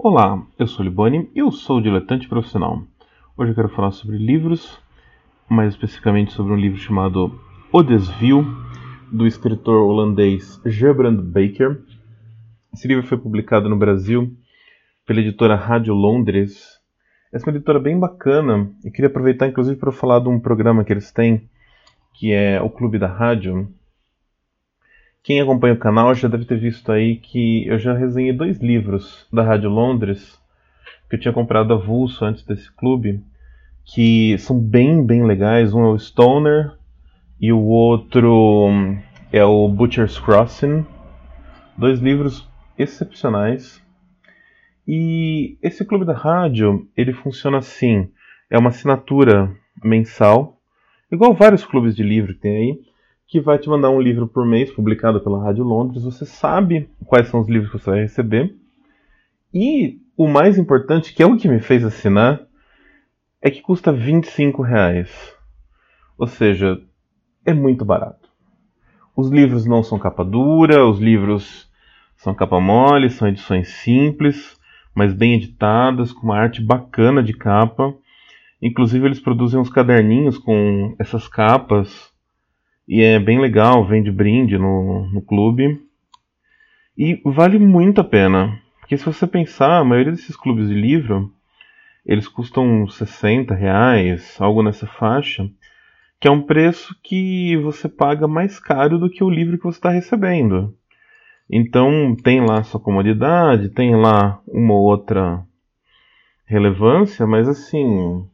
Olá, eu sou o Liboni e eu sou o Diletante Profissional. Hoje eu quero falar sobre livros, mais especificamente sobre um livro chamado O Desvio, do escritor holandês Gerbrand Baker. Esse livro foi publicado no Brasil pela editora Rádio Londres. Essa é uma editora bem bacana e queria aproveitar inclusive para falar de um programa que eles têm, que é o Clube da Rádio. Quem acompanha o canal já deve ter visto aí que eu já resenhei 2 livros da Rádio Londres, que eu tinha comprado avulso antes desse clube, que são bem legais. Um é o Stoner e o outro é o Butcher's Crossing. 2 livros excepcionais. E esse clube da rádio, ele funciona assim. É uma assinatura mensal, igual vários clubes de livro que tem aí, que vai te mandar um livro por mês, publicado pela Rádio Londres. Você sabe quais são os livros que você vai receber. E o mais importante, que é o que me fez assinar, é que custa R$ 25. Ou seja, é muito barato. Os livros não são capa dura, os livros são capa mole, são edições simples, mas bem editadas, com uma arte bacana de capa. Inclusive eles produzem uns caderninhos com essas capas, e é bem legal, vem de brinde no clube. E vale muito a pena, porque se você pensar, a maioria desses clubes de livro, eles custam R$ 60, algo nessa faixa, que é um preço que você paga mais caro do que o livro que você está recebendo. Então tem lá sua comodidade, tem lá uma ou outra relevância, mas assim,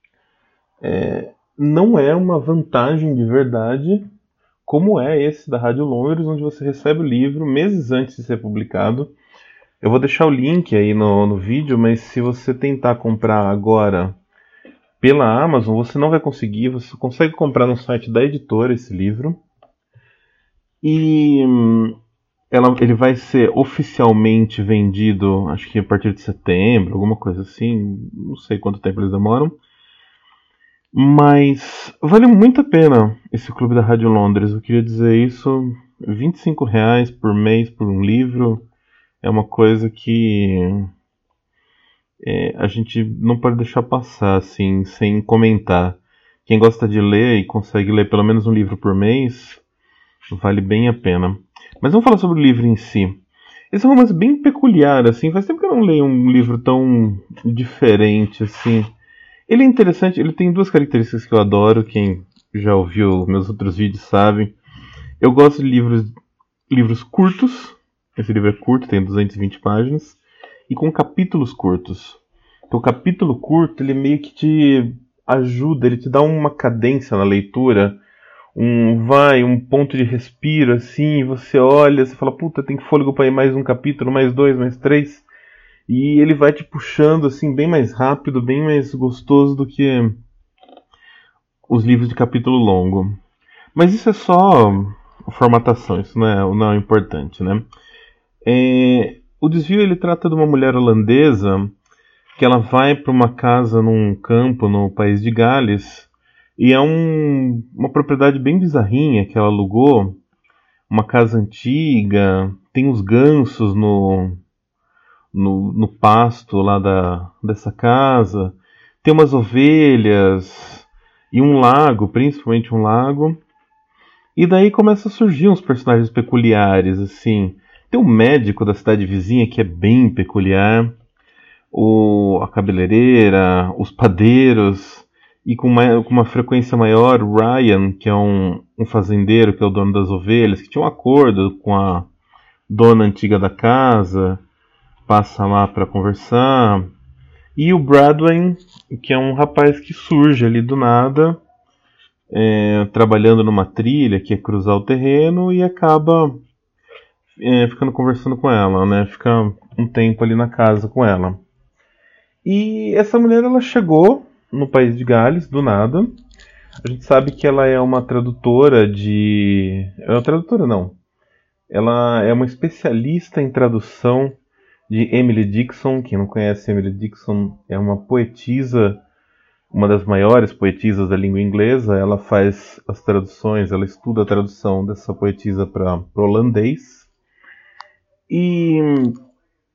não é uma vantagem de verdade como é esse da Rádio Londres, onde você recebe o livro meses antes de ser publicado. Eu vou deixar o link aí no vídeo, mas se você tentar comprar agora pela Amazon, você não vai conseguir. Você consegue comprar no site da editora esse livro. E ele vai ser oficialmente vendido, acho que a partir de setembro, alguma coisa assim. Não sei quanto tempo eles demoram. Mas vale muito a pena esse clube da Rádio Londres. Eu queria dizer isso. R$ 25 por mês por um livro é uma coisa que a gente não pode deixar passar assim, sem comentar. Quem gosta de ler e consegue ler pelo menos um livro por mês, vale bem a pena. Mas vamos falar sobre o livro em si. Esse é um romance bem peculiar, assim. Faz tempo que eu não leio um livro tão diferente, assim. Ele é interessante, ele tem 2 características que eu adoro. Quem já ouviu meus outros vídeos sabe. Eu gosto de livros curtos. Esse livro é curto, tem 220 páginas. E com capítulos curtos. Então, o capítulo curto, ele meio que te ajuda, ele te dá uma cadência na leitura, um ponto de respiro, assim, e você olha, você fala, puta, tem fôlego para ir mais um capítulo, mais 2, mais 3, e ele vai te puxando, assim, bem mais rápido, bem mais gostoso do que os livros de capítulo longo. Mas isso é só formatação, isso não é importante, né? O Desvio, ele trata de uma mulher holandesa que ela vai para uma casa num campo no país de Gales, e é uma propriedade bem bizarrinha que ela alugou, uma casa antiga, tem uns gansos no pasto lá dessa casa, tem umas ovelhas e um lago, principalmente um lago, e daí começa a surgir uns personagens peculiares, assim. Tem um médico da cidade vizinha que é bem peculiar, a cabeleireira, os padeiros, e com uma frequência maior, o Ryan, que é um fazendeiro, que é o dono das ovelhas, que tinha um acordo com a dona antiga da casa, passa lá para conversar. E o Bradway, que é um rapaz que surge ali do nada, trabalhando numa trilha, que é cruzar o terreno, e acaba ficando conversando com ela, né? Fica um tempo ali na casa com ela. E essa mulher, ela chegou no país de Gales, do nada. A gente sabe que ela é uma tradutora de... É uma tradutora, não. Ela é uma especialista em tradução de Emily Dickinson. Quem não conhece Emily Dickinson é uma poetisa, uma das maiores poetisas da língua inglesa. Ela faz as traduções, ela estuda a tradução dessa poetisa para o holandês. E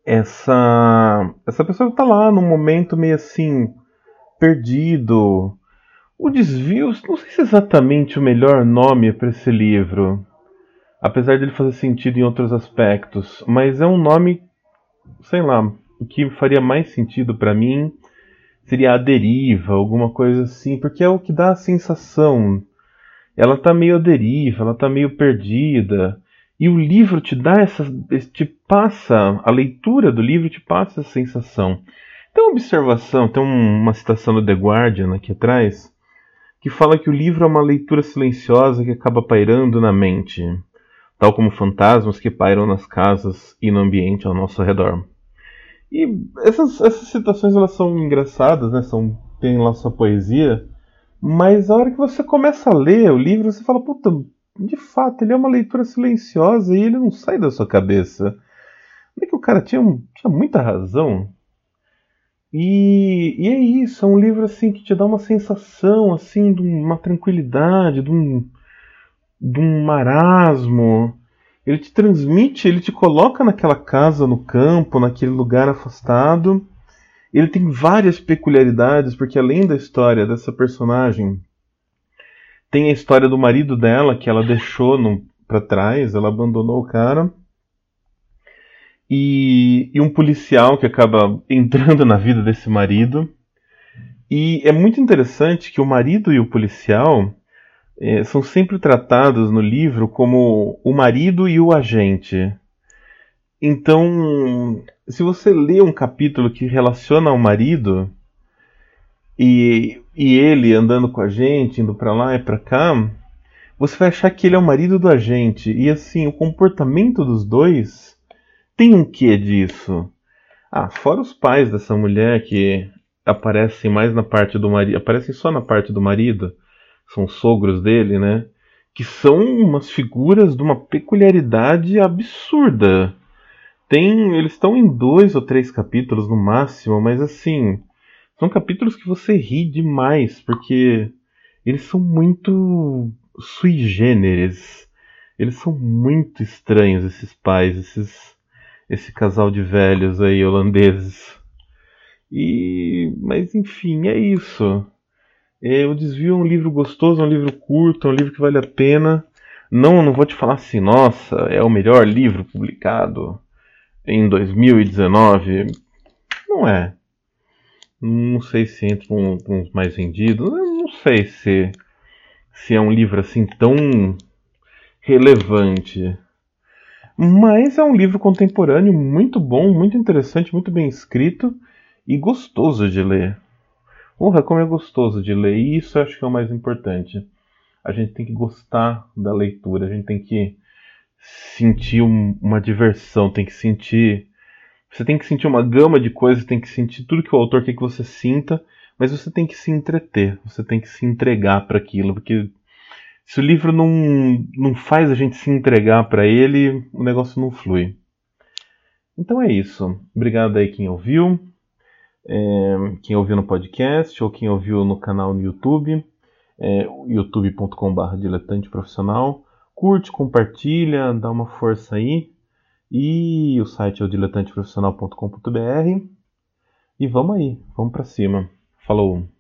essa pessoa tá lá num momento meio assim, perdido. O Desvio, não sei se é exatamente o melhor nome para esse livro, apesar dele fazer sentido em outros aspectos, mas é um nome, sei lá, o que faria mais sentido para mim seria a deriva, alguma coisa assim, porque é o que dá a sensação. Ela tá meio à deriva, ela tá meio perdida. E o livro te dá te passa, a leitura do livro te passa essa sensação. Tem uma observação, tem uma citação do The Guardian aqui atrás, que fala que o livro é uma leitura silenciosa que acaba pairando na mente, tal como fantasmas que pairam nas casas e no ambiente ao nosso redor. E essas citações elas são engraçadas, né? Tem lá sua poesia, mas a hora que você começa a ler o livro, você fala, puta, de fato, ele é uma leitura silenciosa e ele não sai da sua cabeça. Como é que o cara tinha muita razão? E é isso, é um livro assim que te dá uma sensação assim de uma tranquilidade, de um marasmo. Ele te transmite, ele te coloca naquela casa no campo, naquele lugar afastado. Ele tem várias peculiaridades, porque além da história dessa personagem, tem a história do marido dela que ela deixou pra trás, ela abandonou o cara. E um policial que acaba entrando na vida desse marido. E é muito interessante que o marido e o policial são sempre tratados no livro como o marido e o agente. Então, se você lê um capítulo que relaciona ao marido e ele andando com a gente, indo pra lá e pra cá, você vai achar que ele é o marido do agente. E assim, o comportamento dos dois tem um quê disso? Ah, fora os pais dessa mulher que aparecem mais na parte do marido, aparecem só na parte do marido, são os sogros dele, né? Que são umas figuras de uma peculiaridade absurda. Eles estão em 2 ou 3 capítulos no máximo, mas assim, são capítulos que você ri demais, porque eles são muito sui generis. Eles são muito estranhos, esses pais, esse casal de velhos aí holandeses. Mas enfim, é isso. O Desvio é um livro gostoso, é um livro curto, é um livro que vale a pena. Não vou te falar assim, nossa, é o melhor livro publicado em 2019. Não é. Não sei se entra com os mais vendidos. Eu não sei se é um livro assim tão relevante. Mas é um livro contemporâneo muito bom, muito interessante, muito bem escrito e gostoso de ler. Porra, como é gostoso de ler. E isso eu acho que é o mais importante. A gente tem que gostar da leitura, a gente tem que sentir uma diversão, tem que sentir. Você tem que sentir uma gama de coisas, tem que sentir tudo que o autor quer que você sinta, mas você tem que se entreter, você tem que se entregar para aquilo, porque se o livro não faz a gente se entregar para ele, o negócio não flui. Então é isso. Obrigado aí quem ouviu, quem ouviu no podcast ou quem ouviu no canal no YouTube, youtube.com/diletante profissional. Curte, compartilha, dá uma força aí. E o site é o diletanteprofissional.com.br. E vamos aí, vamos pra cima. Falou!